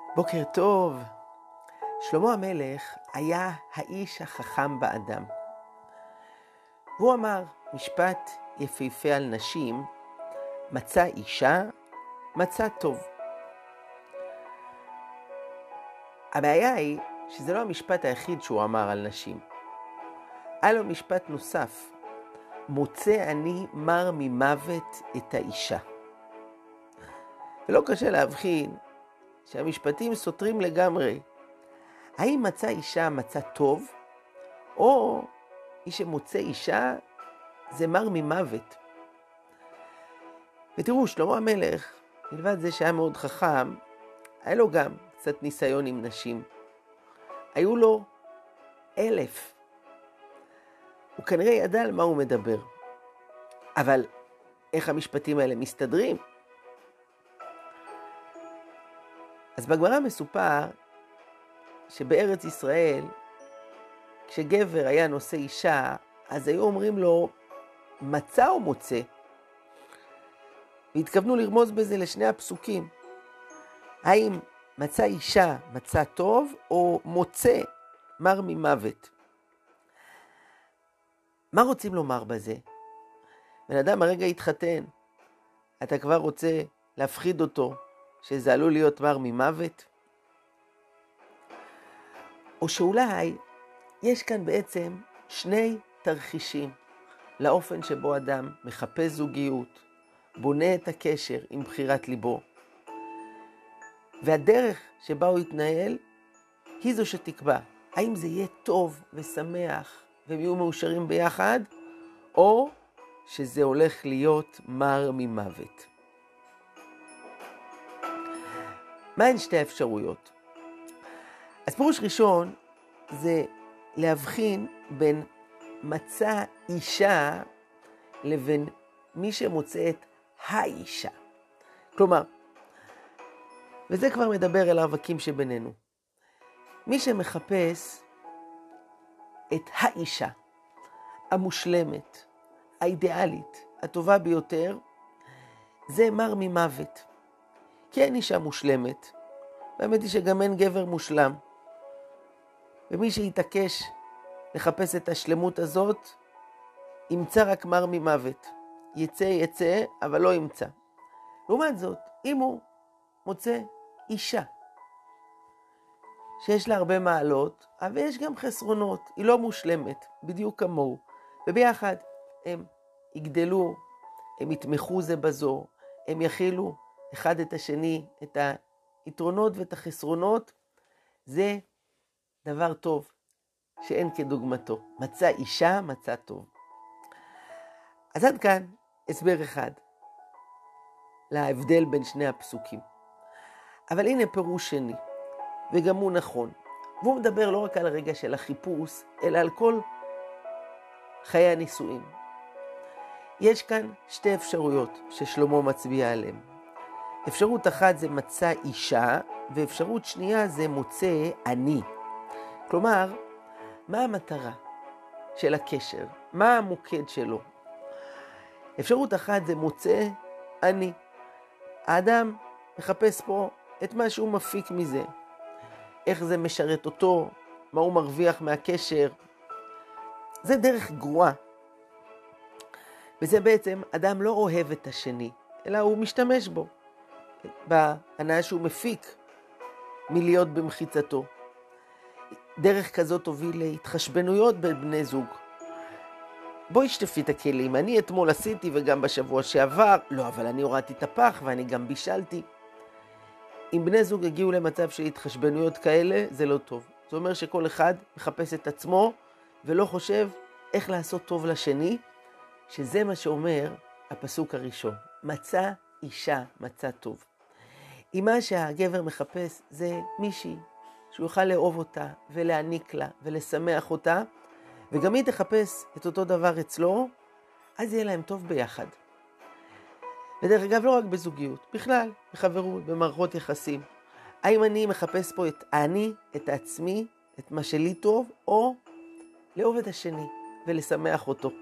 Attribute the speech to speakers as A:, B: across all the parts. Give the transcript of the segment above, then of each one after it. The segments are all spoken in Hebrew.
A: בוקר טוב. שלמה המלך היה האיש החכם באדם. והוא אמר משפט יפהפה על נשים, מצא אישה, מצא טוב. הבעיה היא שזה לא המשפט היחיד שהוא אמר על נשים. היה לו משפט נוסף, מוצא אני מר ממוות את האישה. ולא קשה להבחין שהמשפטים סותרים לגמרי. האם מצא אישה מצא טוב, או מי שמוצא אישה זה מר ממוות. ותראו, שלמה המלך, מלבד זה שהיה מאוד חכם, היה לו גם קצת ניסיון עם נשים. היו לו 1000. הוא כנראה ידע על מה הוא מדבר. אבל איך המשפטים האלה מסתדרים? אז בגמרא מסופר שבארץ ישראל, כשגבר היה נושא אישה, אז היו אומרים לו, מצא או מוצא? והתכוונו לרמוז בזה לשני הפסוקים. האם מצא אישה מצא טוב, או מוצא מר ממוות? מה רוצים לומר בזה? בן אדם הרגע התחתן, אתה כבר רוצה להפחיד אותו, שזה עלול להיות מר ממוות? או שאולי יש כאן בעצם שני תרחישים לאופן שבו אדם מחפש זוגיות, בונה את הקשר עם בחירת ליבו. והדרך שבה הוא יתנהל היא זו שתקבע. האם זה יהיה טוב ושמח והם יהיו מאושרים ביחד, או שזה הולך להיות מר ממוות. מהן שתי האפשרויות? אז פירוש ראשון זה להבחין בין מצא אישה לבין מי שמוצא את האישה. כלומר, וזה כבר מדבר אל הרווקים שבינינו. מי שמחפש את האישה המושלמת, האידיאלית, הטובה ביותר, זה מר ממוות. כי אין אישה מושלמת. באמת היא שגם אין גבר מושלם. ומי שיתעקש לחפש את השלמות הזאת, ימצא רק מר ממוות. יצא, אבל לא ימצא. לעומת זאת, אם הוא מוצא אישה, שיש לה הרבה מעלות, אבל יש גם חסרונות, היא לא מושלמת, בדיוק כמוהו. וביחד הם יגדלו, הם יתמכו זה בזו, הם יכילו אחד את השני, את היתרונות ואת החסרונות, זה דבר טוב שאין כדוגמתו. מצא אישה, מצא טוב. אז עד כאן הסבר אחד להבדל בין שני הפסוקים. אבל הנה פירוש שני, וגם הוא נכון. והוא מדבר לא רק על הרגע של החיפוש, אלא על כל חיי הנישואים. יש כאן שתי אפשרויות ששלמה מצביע עליהן. אפשרות אחת זה מצא אישה, ואפשרות שנייה זה מוצא אני. כלומר, מה המטרה של הקשר? מה המוקד שלו? אפשרות אחת זה מוצא אני. האדם מחפש פה את מה שהוא מפיק מזה. איך זה משרת אותו, מה הוא מרוויח מהקשר. זה דרך גרועה. וזה בעצם, אדם לא אוהב את השני, אלא הוא משתמש בו. בהנאה שהוא מפיק מלהיות במחיצתו. דרך כזאת הוביל להתחשבנויות בין בני זוג. בואי שטפי את הכלים, אני אתמול עשיתי וגם בשבוע שעבר, לא, אבל אני הורדתי את הפח ואני גם בישלתי. אם בני זוג הגיעו למצב של התחשבנויות כאלה, זה לא טוב. זאת אומרת שכל אחד מחפש את עצמו ולא חושב איך לעשות טוב לשני, שזה מה שאומר הפסוק הראשון. מצא אישה, מצא טוב. אם מה שהגבר מחפש זה מישהי שהוא יוכל לאהוב אותה ולהעניק לה ולשמח אותה, וגם היא תחפש את אותו דבר אצלו, אז יהיה להם טוב ביחד. ודרך אגב, לא רק בזוגיות, בכלל, בחברות, במערכות יחסים. האם אני מחפש פה את אני, את העצמי, את מה שלי טוב, או לאהוב את השני ולשמח אותו.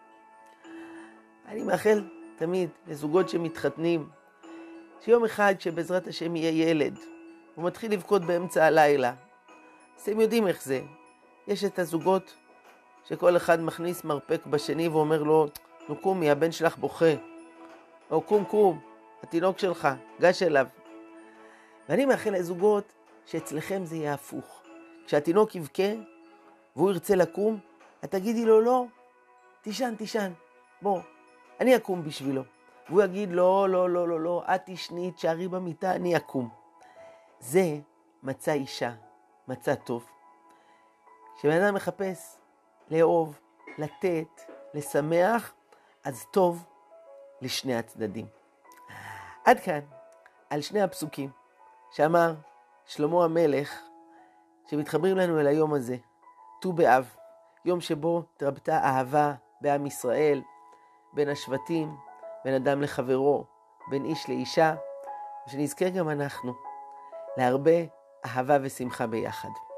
A: אני מאחל תמיד לזוגות שמתחתנים, שיום אחד שבעזרת השם יהיה ילד, הוא מתחיל לבכות באמצע הלילה. אז אתם יודעים איך זה. יש את הזוגות שכל אחד מכניס מרפק בשני ואומר לו, נו קומי, הבן שלך בוכה. או קום, התינוק שלך, גש אליו. ואני מאחל לזוגות שאצלכם זה יהיה הפוך. כשהתינוק יבכה והוא ירצה לקום, את תגידי לו, לא, תישן, בוא, אני אקום בשבילו. והוא יגיד, לא, את תשני, תשארי במיטה, אני אקום. זה מצא אישה, מצא טוב. כשבן אדם מחפש לאהוב, לתת, לשמח, אז טוב לשני הצדדים. עד כאן, על שני הפסוקים שאמר שלמה המלך, שמתחברים לנו אל היום הזה, ט"ו באב, יום שבו תרבתה אהבה בעם ישראל, בין השבטים, בין אדם לחברו, בין איש לאישה, ושנזכה גם אנחנו להרבה אהבה ושמחה ביחד.